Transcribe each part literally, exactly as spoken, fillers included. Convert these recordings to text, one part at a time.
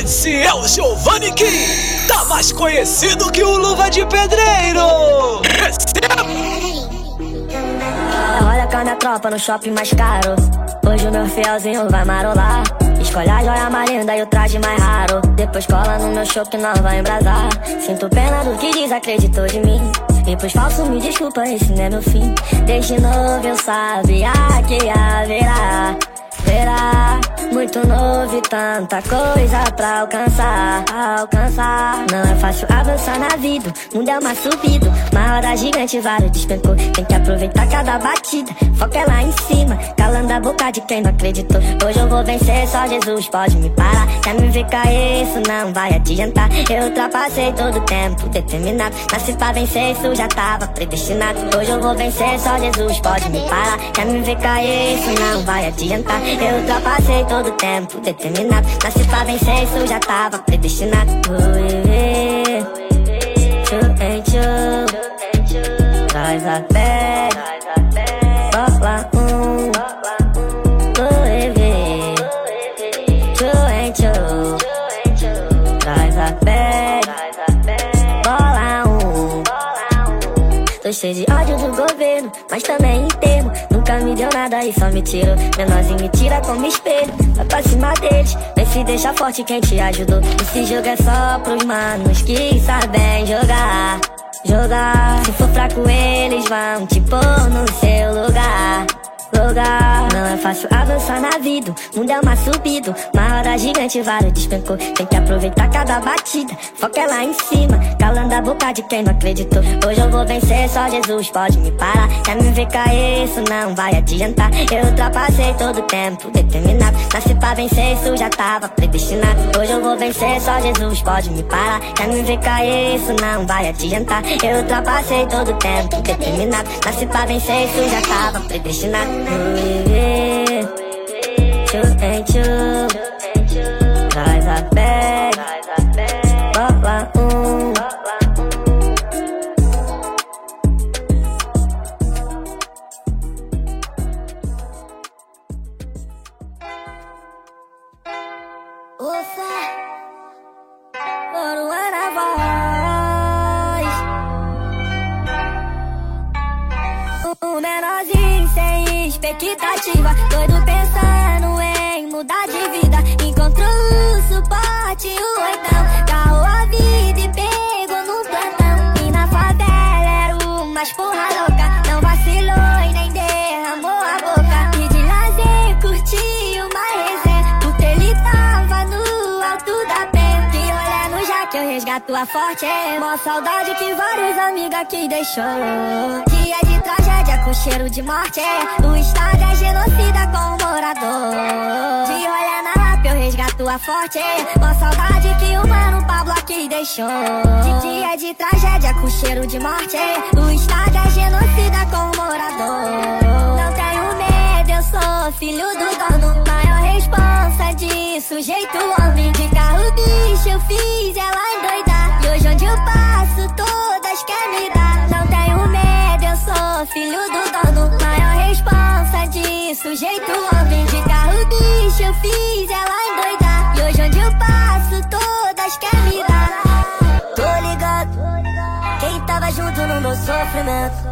Esse é o Giovanni Kim, tá mais conhecido que o Luva de Pedreiro. Olha cada tropa no shopping mais caro. Hoje o meu fielzinho vai marolar. Escolhe a joia mais linda e o traje mais raro. Depois cola no meu show que nós vai embrasar. Sinto pena do que desacreditou de mim. E pros falsos me desculpa, esse não é meu fim. Desde novo eu sabia que haverá, verá, muito novo e tanta coisa pra alcançar, alcançar. Não é fácil avançar na vida, o mundo é uma subida. Uma roda gigante, vários despencou. Tem que aproveitar cada batida, foca é lá em cima, calando a boca de quem não acreditou. Hoje eu vou vencer, só Jesus pode me parar. Quer me ver cair, isso não vai adiantar. Eu ultrapassei todo o tempo determinado. Nasci pra vencer, isso já tava predestinado. Hoje eu vou vencer, só Jesus pode me parar. Quer me ver cair, isso não vai adiantar. Eu ultrapassei todo o tempo determinado. Nasci pra vencer, isso já tava predestinado. Ui, tchu, em tchu, traz a pé, bola um, ui, tchu, em tchu, traz a pé, bola um. Tô cheio de ódio do governo, mas também enterro. Nunca me deu nada e só me tirou. Menorzinho me tira como espelho, vai pra cima deles. Vem se deixa forte quem te ajudou. Esse jogo é só pros manos que sabem jogar, jogar. Se for fraco eles vão te pôr no seu lugar, lugar. Não é fácil avançar na vida, o mundo é uma subida. Uma roda gigante, vários despencou. Tem que aproveitar cada batida, foca é lá em cima, calando a boca de quem não acreditou. Hoje eu vou vencer, só Jesus pode me parar. Quer me ver cair, isso não vai adiantar. Eu ultrapassei todo o tempo determinado. Nasci pra vencer, isso já tava predestinado. Hoje eu vou vencer, só Jesus pode me parar. Quer me ver cair, isso não vai adiantar. Eu ultrapassei todo o tempo determinado. Nasci pra vencer, isso já tava predestinado. Ui, tchu, em tchu, traz a pé, bola um. Ufa, ouro é na voz. O menorzinho sem expectativa, doido pensando em mudar de vida. Encontrou o suporte, o oitão, carro a vida e pegou no plantão. E na favela era o mais porra louca, não vacilou e nem derramou a boca. E de lazer curtiu uma resenha, porque ele tava no alto da pena. De olhar no já que eu resgato a forte, é mó saudade que vários amigos aqui deixou. Dia de tragédia com cheiro de morte, é o estado é genocida com o morador. De olhar na lápia eu resgato a forte, é mó saudade que o mano Pablo aqui deixou. De dia de tragédia com cheiro de morte, é o estado é genocida com o morador. Não tenho medo, eu sou filho do dono, maior responsa de sujeito homem. De carro bicho eu fiz ela endoidar, e hoje onde eu passo todas querem me dar. Não tenho medo, eu sou filho do dono, maior responsa de sujeito homem. De carro bicho eu fiz ela endoidar, e hoje onde eu passo todas querem me dar. Tô ligado, quem tava junto no meu sofrimento,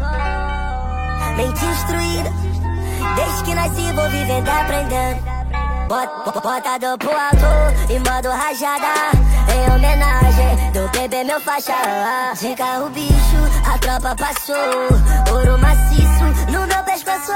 mente instruída, desde que nasci vou vivendo e aprendendo. Bota, bota do pro alto e modo rajada, em homenagem do bebê meu faixa. De carro bicho, a tropa passou, ouro maciço no meu pescoço.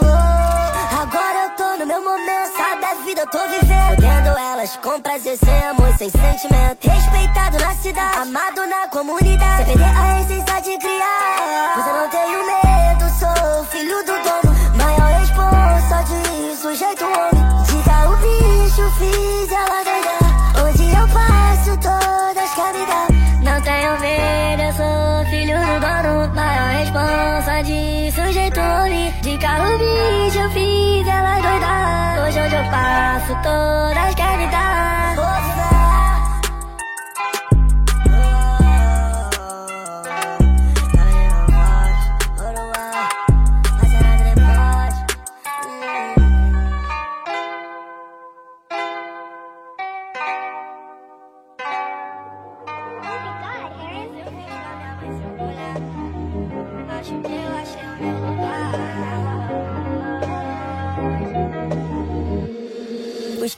Agora eu tô no meu momento, sabe a vida eu tô vivendo, podendo elas com prazer, sem amor, sem sentimento. Respeitado na cidade, amado na comunidade, sem perder a essência de criar. Pois eu não tenho medo, sou filho do dono, maior responsa de sujeito homem. De carro bicho fiz ela doida, onde eu passo todas querem me dar. Não tenho medo, eu sou filho do dono, maior responsa de sujeito homem. De carro bicho eu fiz ela doida, hoje onde eu passo todas querem me dar.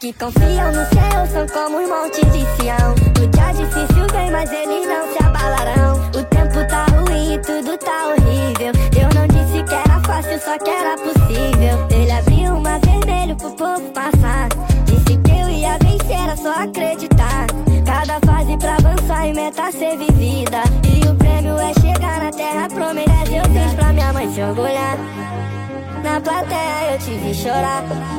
que confiam no céu são como os montes de Sião. O dia difícil vem, mas eles não se abalarão. O tempo tá ruim e tudo tá horrível. Eu não disse que era fácil, só que era possível. Ele abriu uma vermelho pro povo passar. Disse que eu ia vencer, era só acreditar. Cada fase pra avançar e meta ser vivida. E o prêmio é chegar na terra prometida. Eu fiz pra minha mãe se orgulhar. Na plateia eu te vi chorar.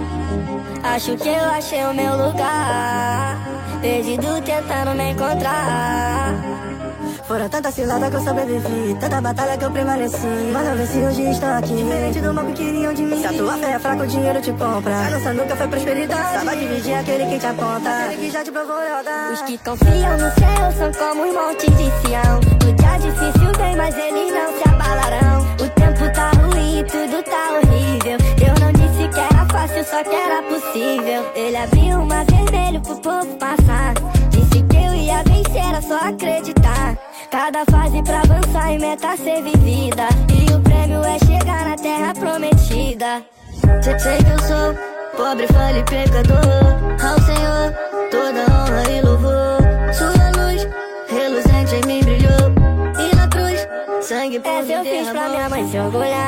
Acho que eu achei o meu lugar. Perdido tentando me encontrar. Foram tantas ciladas que eu sobrevivi, tanta batalha que eu prevaleci. Manda ver se hoje estou aqui. Diferente do mal que queriam de mim. Se a tua fé é fraca, o dinheiro te compra. A nossa nunca foi prosperidade. Saiba dividir aquele que te aponta, aquele que já te provou lealdade. Os que confiam no céu são como os montes de Sião. O dia difícil vem, mas eles não se abalarão. O tempo tá ruim e tudo tá horrível. Eu não disse que era fácil, só que era possível. Ele abriu uma vermelho pro povo passar. Disse que eu ia vencer, era só acreditar. Cada fase pra avançar e meta ser vivida. E o prêmio é chegar na terra prometida. Sei, sei que eu sou pobre, falho e pecador. Ao Senhor toda honra e louvor. Sua luz reluzente em mim brilhou. E na cruz sangue por Essa eu fiz pra minha mãe se orgulhar.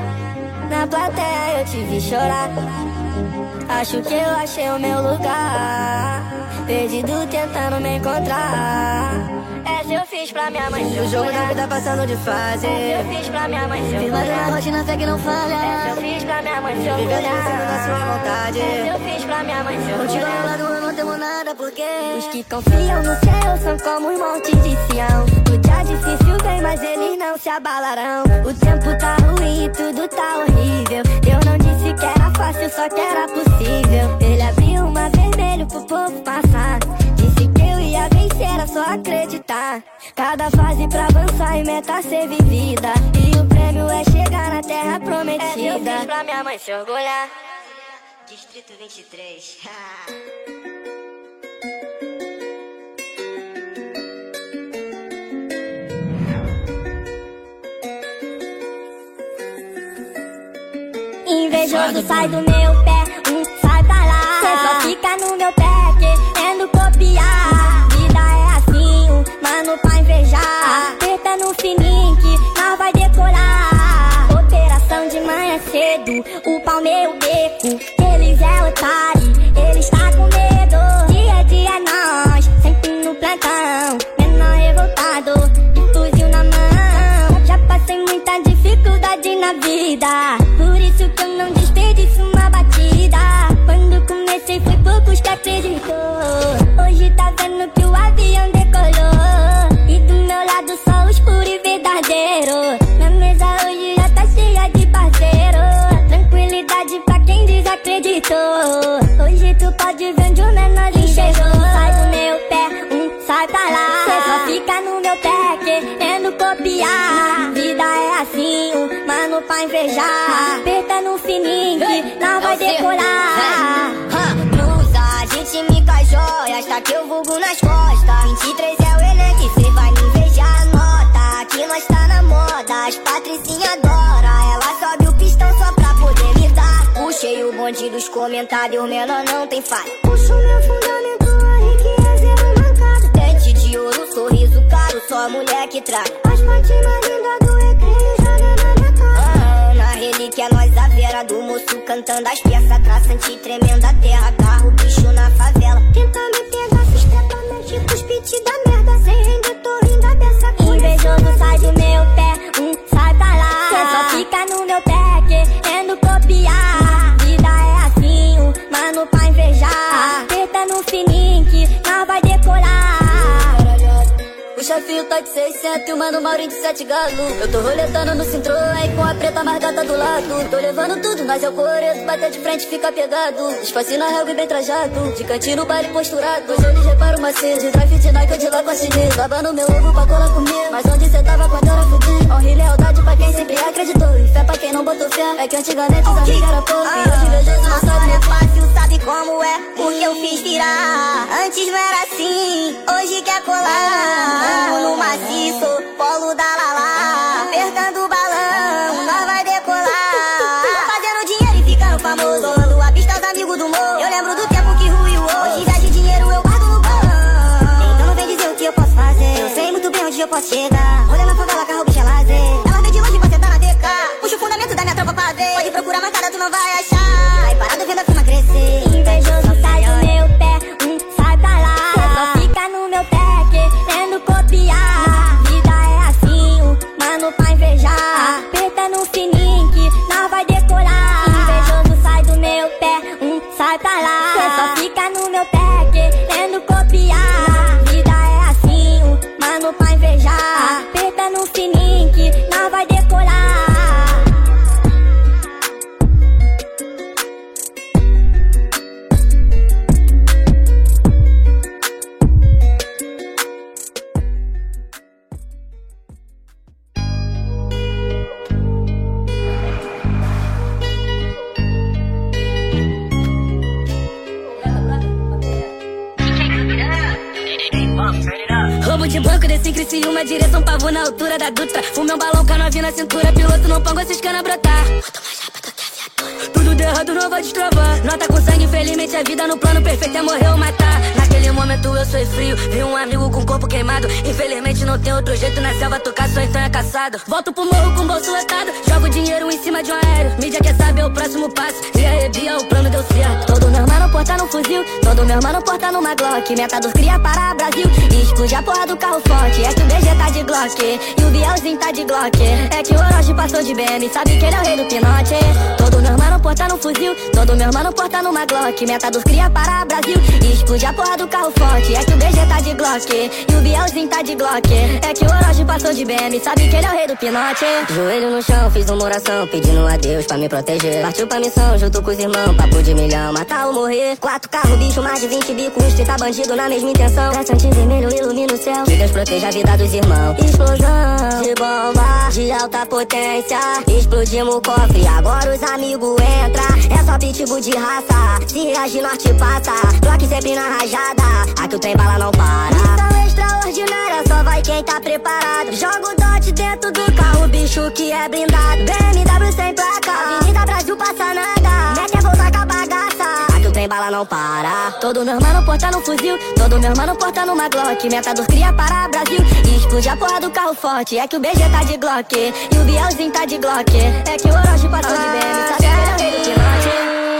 Na plateia eu te vi chorar. Acho que eu achei o meu lugar. Perdido tentando me encontrar. Essa eu fiz pra minha mãe se O jogo da orgulhar. vida passando de fase. Essa eu fiz pra minha mãe se Firmado na orgulhar. rotina, fé que não falha. Essa eu fiz pra minha mãe se Vivendo orgulhar. da sua vontade. Essa eu fiz pra minha mãe se Contigo ao orgulhar. lado eu não temo nada, porque Os que confiam no céu são como os montes de Sião. O dia difícil vem, mas eles não se abalarão. O tempo tá ruim e tudo tá horrível. Eu não disse que era fácil, só que era possível. Ele abriu uma vermelho pro povo passar. Disse que eu ia vencer, era só acreditar. Cada fase pra avançar e meta ser vivida. E o prêmio é chegar na terra prometida. Eu fiz pra minha mãe se orgulhar. Distrito vinte e três. Invejoso sai do meu pé, um sai pra lá. Cê só fica no meu pé querendo copiar. Vida é assim, um mano pra invejar. Aperta no fininho que nós vai decorar. Operação de manhã cedo, o pau meu beco. Eles é otário, eles tá com medo. Dia a dia é nós, sempre no plantão. Menor revoltado, fuzil na mão. Já passei muita dificuldade na vida, por isso que eu não desperdiço uma batida. Quando comecei foi poucos que acreditou. Hoje tá vendo que o avião decolou. E do meu lado só os puros e verdadeiros. Minha mesa hoje já tá cheia de parceiro. Tranquilidade pra quem desacreditou. Hoje tu pode ver onde o menorzinho chegou. Sai do meu pé, um sai pra lá. Cê só fica no meu pé querendo copiar. Vida é assim, um mano pra invejar. Aperta no fininho que nós vai decorar. Blusa, a gente me cai joias, tá que eu vulgo nas costas. vinte e três é o elenco, cê vai me invejar, nota. Aqui nós tá na moda, as patricinhas adoram. Ela sobe o pistão só pra poder me dar. Puxei o bonde dos comentários, menor não tem falha. Puxo meu fundamento aí que é zero mancado. Dente de ouro, sorriso caro, só mulher que traz. As patinas lindas do recreio joga na minha cara. Na relíquia nós a vera do moço cantando as peças. Traçante tremenda terra, carro bicho na favela. Tenta me pegar, se estrepa, mexe com os pit da merda. Sem render, tô rindo a dessa coisa. Invejoso sai do meu pé, um sai pra lá. Cê só fica no meu pé querendo copiar. Vida é assim, um mano pra invejar. Aperta no fininho que nós vai decorar. O chefinho tá de seiscentos e o mano Maurinho de sete galo. Eu tô roletando no Citroën com a preta mais gata do lado. Tô levando tudo, mas eu correto, bater de frente fica pegado. Despace na relva e bem trajado, de cantinho no baile posturado. Hoje eles reparam uma cedo, de drive de Nike eu de lá consegui. Babando meu ovo pra colar comigo, mas onde cê tava quando era fudido? Honra e lealdade pra quem sempre acreditou, e fé pra quem não botou fé. É que antigamente os amigos era pouco, e hoje invejoso não sabe. É fácil, sabe como é, porque eu fiz virar. Antes não era assim, hoje quer colar. No maciço, polo da Lala. Apertando o balão, nós vai decolar. Fazendo dinheiro e ficando famoso, rolando a pista aos amigos do morro. Eu lembro do tempo que ruim posso chegar. Rolê na favela, carro, bicha lazer. Ela vem de longe, você tá na D K. Puxa o fundamento da minha tropa pra ver. Pode procurar marcada, tu não vai achar. Vai parado vendo a firma crescer. Invejoso sai do meu pé, hum, sai pra lá. Cê só fica no meu pé querendo copiar. Vida é assim, um mano pra invejar. Aperta no fininho que nós vai decorar. Invejoso sai do meu pé, hum, sai pra lá. Cê só fica no meu pé querendo copiar. Vida é assim, um mano pra invejar. Aperta no fininho que nós vai decorar. Roubo de banco, desci em Criciúma, direção pavô na altura da Dutra. Fumei um balão, canovinho na cintura, piloto não pongo esses cana brotar. Tudo de errado não vai destravar. Nota com sangue, infelizmente a vida no plano perfeito é morrer ou matar. Naquele momento eu sou frio, vi um amigo com o corpo queimado. Infelizmente não tem outro jeito na selva, tocar só então é caçado. Volto pro morro com o bolso lotado, jogo dinheiro em cima de um aéreo. Mídia quer saber o próximo passo, e arrebia, o plano deu certo. Todo meu mano porta no fuzil, todo meu mano porta numa Glock. Metador cria para Brasil, e explode a porra do carro forte. É que o B G tá de Glock, e o Bielzinho tá de Glock. É que o Orochi passou de B M, sabe que ele é o rei do pinote. Todo meu mano porta no fuzil, todo meu mano porta numa Glock. Metador cria para Brasil, e explode a porra do carro forte. É que o B G tá de Glock, e o Bielzinho tá de Glock. É que o Orochi passou de B M, sabe que ele é o rei do pinote. Joelho no chão, fiz uma oração, pedindo a Deus pra me proteger. Partiu pra missão, junto com os irmãos, papo de milhão, matar ou morrer. Quatro carros, bicho, mais de vinte bicos, trinta bandido na mesma intenção. Traçante vermelho ilumina o céu, que Deus proteja a vida dos irmãos. Explosão de bomba, de alta potência, explodimos o cofre, agora os amigos entram. É só pitbull de raça, se reagir norte passa. Glock sempre na rajada, aqui o trem bala não para. Missão extraordinária, só vai quem tá preparado. Joga o dot dentro do carro, bicho que é blindado. B M W sem placa, Avenida Brasil passa nada. Mete a volta com a bagaça, aqui o trem bala não para. Todo meu mano porta no fuzil, todo meu mano porta numa Glock. Metador cria para Brasil, e explode a porra do carro forte. É que o B G tá de Glock, e o Bielzinho tá de Glock. É que o Orochi passou de B M, sabe que ele é o rei do pinote.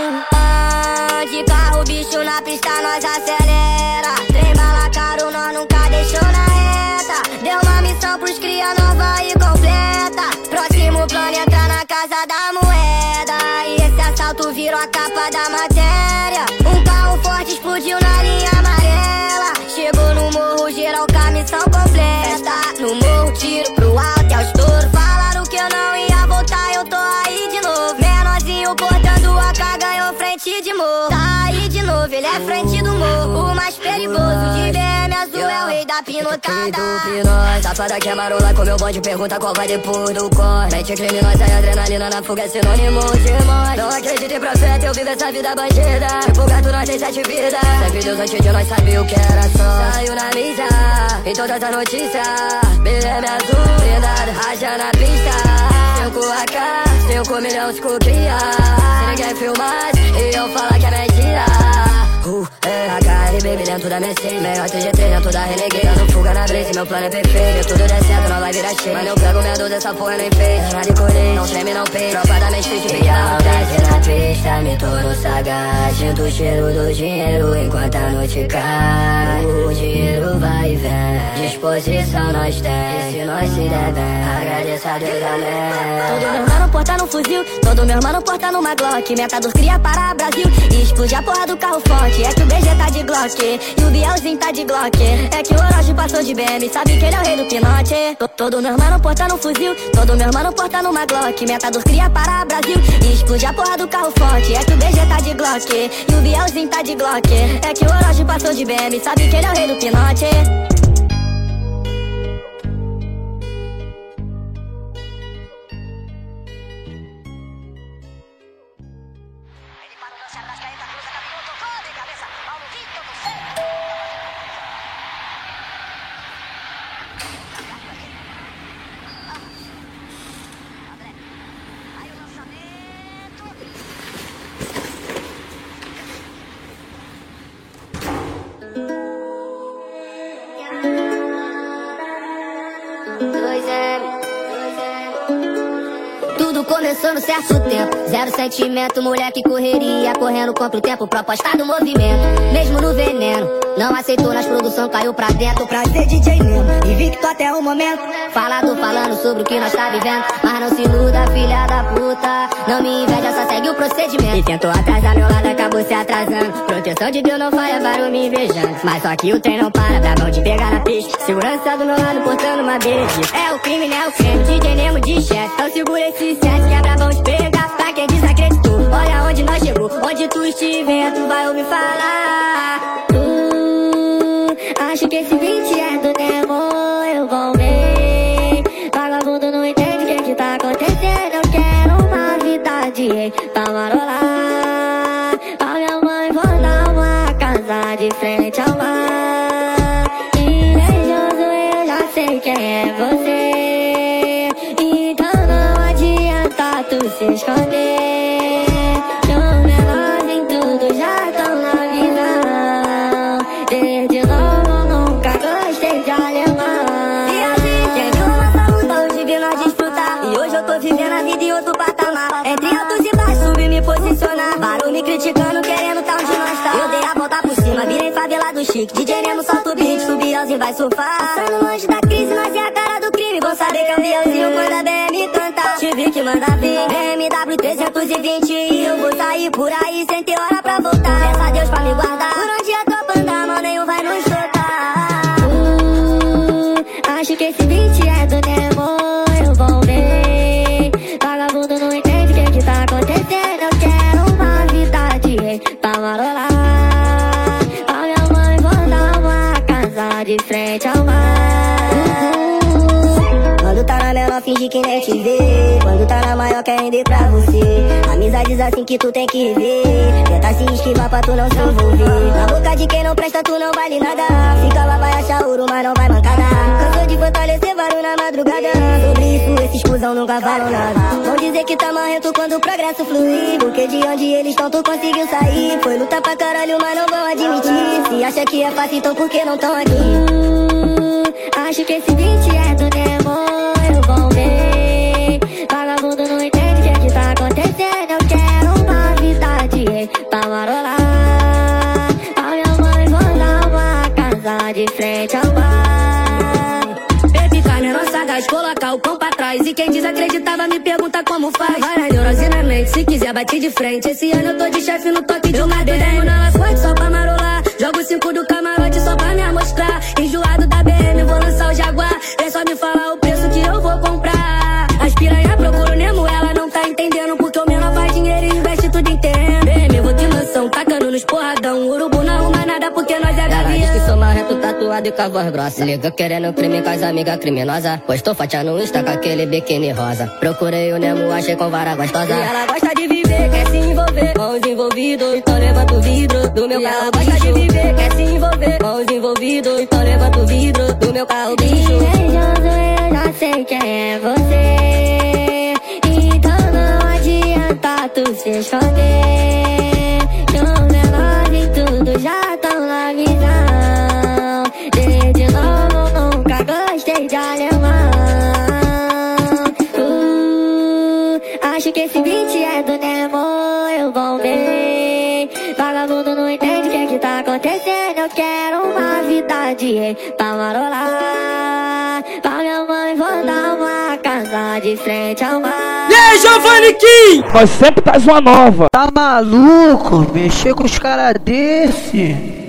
De carro, bicho na pista, nós acelera. Trem bala caro, nós nunca deixou na reta. Deu uma missão pros cria nova e completa. Próximo plano entrar na casa da moeda, e esse assalto virou a capa da matéria. Um carro forte explodiu na linha amarela. Chegou no morro, geral com a missão completa. No morro, tiro pro alto, é o estouro. Falaram que eu não ia voltar, eu tô aí de novo. Menorzinho portando a K, ganhou frente de morro. Tá aí de novo, ele é frente do morro. O mais perigoso de B M azul é o rei da pinotada. Safada que é marola, com meu bonde, pergunta qual vai depois do corte. Mente criminosa e adrenalina na fuga é sinônimo de morte. Não acredito em profeta, eu vivo essa vida bandida. Tipo gato, nós tem sete vidas. Sempre Deus antes de nós sabia o que era só. Saiu na mídia, em todas as notícias. B M azul, blindado, raja na pista. Cinco A K, cinco milhões com cria. Se ninguém filmasse, e eu falar que é mentira. Uh, é, H L B dentro da Mercedes, melhor T G três dentro da Renegade. Dando fuga na blaze, meu plano é perfeito. Tudo der certo, nós vai virar cheio. Mas eu pego minha dor dessa porra nem fez. Nada de colete, não treme, não peito. Tropa da minha street, fica à vontade na pista. Me torno sagaz, sinto o cheiro do dinheiro enquanto a noite cai. O dinheiro vai e vem, disposição nós tem. Se nós se der bem, agradeça a Deus, amém. Todo meu mano porta no fuzil, todo meu mano porta numa Glock. Metador cria para Brasil, e explode a porra do carro forte. É que o B G tá de Glock, e o Bielzinho tá de Glock. É que o Orochi passou de B M, sabe que ele é o rei do pinote. Todo meu mano porta no fuzil, todo meu mano porta numa Glock. Metador cria para Brasil, e explode a porra do carro forte. É que o B G tá de Glock, e o Bielzinho tá de Glock. É que o Orochi passou de B M, sabe que ele é o rei do pinote. dois M. Tudo começou no certo tempo, zero sentimento, moleque correria, correndo contra o tempo, proposta do movimento, mesmo no veneno, não aceitou nas produções, caiu pra dentro, pra ser D J mesmo, invicto até o momento, falado falando sobre o que nós tá vivendo, mas não se iluda, filha da puta, não me inveja, só segue o procedimento, e tentou atrasar meu lado, acabou se atrasando, proteção de Deus não falha, varou me invejando, mas só que o trem não para, pra mão de pegar na pista, segurança do meu lado, portando uma benedita, é o crime, né, o crime, D J Nemo de chefe, então segura esse sete, quebra bom de pegar, pra quem desacreditou, olha onde nós chegou, onde tu estiver, tu vai ouvir falar. Tu acha que esse beat é do Nemo, eu vou ver. Vagabundo não entende o que que tá acontecendo, eu quero uma vida de rei pra marolar. Pra minha mãe vou dar uma casa de frente ao mar. Invejoso eu já sei quem é você, tu se esconder. Tão menor em tudo, já tão na visão. Desde novo nunca gostei de alemão. E assim chegou nossa luta, hoje vi nós desfrutar. E hoje eu tô vivendo a vida em outro patamar. Entre altos e baixos, subi me posicionar. Barulho me criticando, querendo tá onde nós tá. Eu dei a volta por cima, virei favela do chique. D J Nemo solta o beat, subiãozinho vai surfar. Passando longe da crise, nós é a cara do crime. Vou saber que é o viãozinho quando a B M cantar. Tive que mandar vir B M W trezentos e vinte e eu vou sair por aí sem ter hora pra voltar. Peço a Deus pra me guardar, por onde eu tô andar, mal nenhum vai nos soltar. uh, Acho que esse beat é do Nemo, eu vou ver. Vagabundo não entende o que que tá acontecendo, eu quero uma vida de rei pra marolar. A minha mãe vou dar uma casa de frente ao mar. Quando tá na menor, finge que nem te vê. Quando tá na maior, quer render pra você. Amizades assim que tu tem que ver. Tenta se esquivar pra tu não se envolver. Na boca de quem não presta, tu não vale nada. Fica lá, vai achar ouro, mas não vai mancada. Cansou de fortalecer barulho na madrugada. Sobre isso, esses cuzão nunca falam nada. Vão dizer que tá marrento quando o progresso fluir. Porque de onde eles estão, tu conseguiu sair. Foi lutar pra caralho, mas não vão admitir. Se acha que é fácil, então por que não tão aqui? uh, Acho que esse beat é do Nemo, eu vou ver. Vagabundo não entende o que que tá acontecendo, eu quero uma vida de rei pra marolar. A minha mãe vou dar uma casa de frente ao mar. Baby carne, nossa gás, colocar o pão pra trás. E quem desacreditava me pergunta como faz. Vai na neurose na mente, se quiser bate de frente. Esse ano eu tô de chefe no toque de uma demo na lafote só pra marolar. Jogo cinco do camarote só pra me amostrar. Enjoado da B M, vou lançar o Jaguar. É só me falar o preço que eu vou comprar. As piranha procura o Nemo, ela não tá entendendo. Porque o menor faz dinheiro e investe tudo em terreno. B M, vou de mansão, tacando nos porradão. Urubu não arruma nada porque nós é gavião. Ela diz que sou marrento, tatuado e com a voz grossa. Liga querendo crime com as amigas criminosas. Postou fatia no Insta com aquele biquíni rosa. Procurei o Nemo, achei com vara gostosa. E ela gosta de viver, quer se envolver. Mãos envolvidos, então levanta o vidro do meu carro. Ela gosta de viver, quer se envolver. Mãos envolvidos, então levanta o vidro do meu carro, bicho. Invejoso, eu já sei quem é você. Então não adianta tu se esconder. Tão menor em tudo, já tão na visão. Desde novo nunca gostei de alemão. uh, Acho que esse beat é do Nemo, eu vou ver. Vagabundo não entende o que que tá acontecendo, eu quero uma vida de rei pra marolar. Pra minha mãe vou dar uma casa de frente ao mar. E aí, Giovanni Kim? Nós sempre traz uma nova. Tá maluco? Mexer com os caras desse?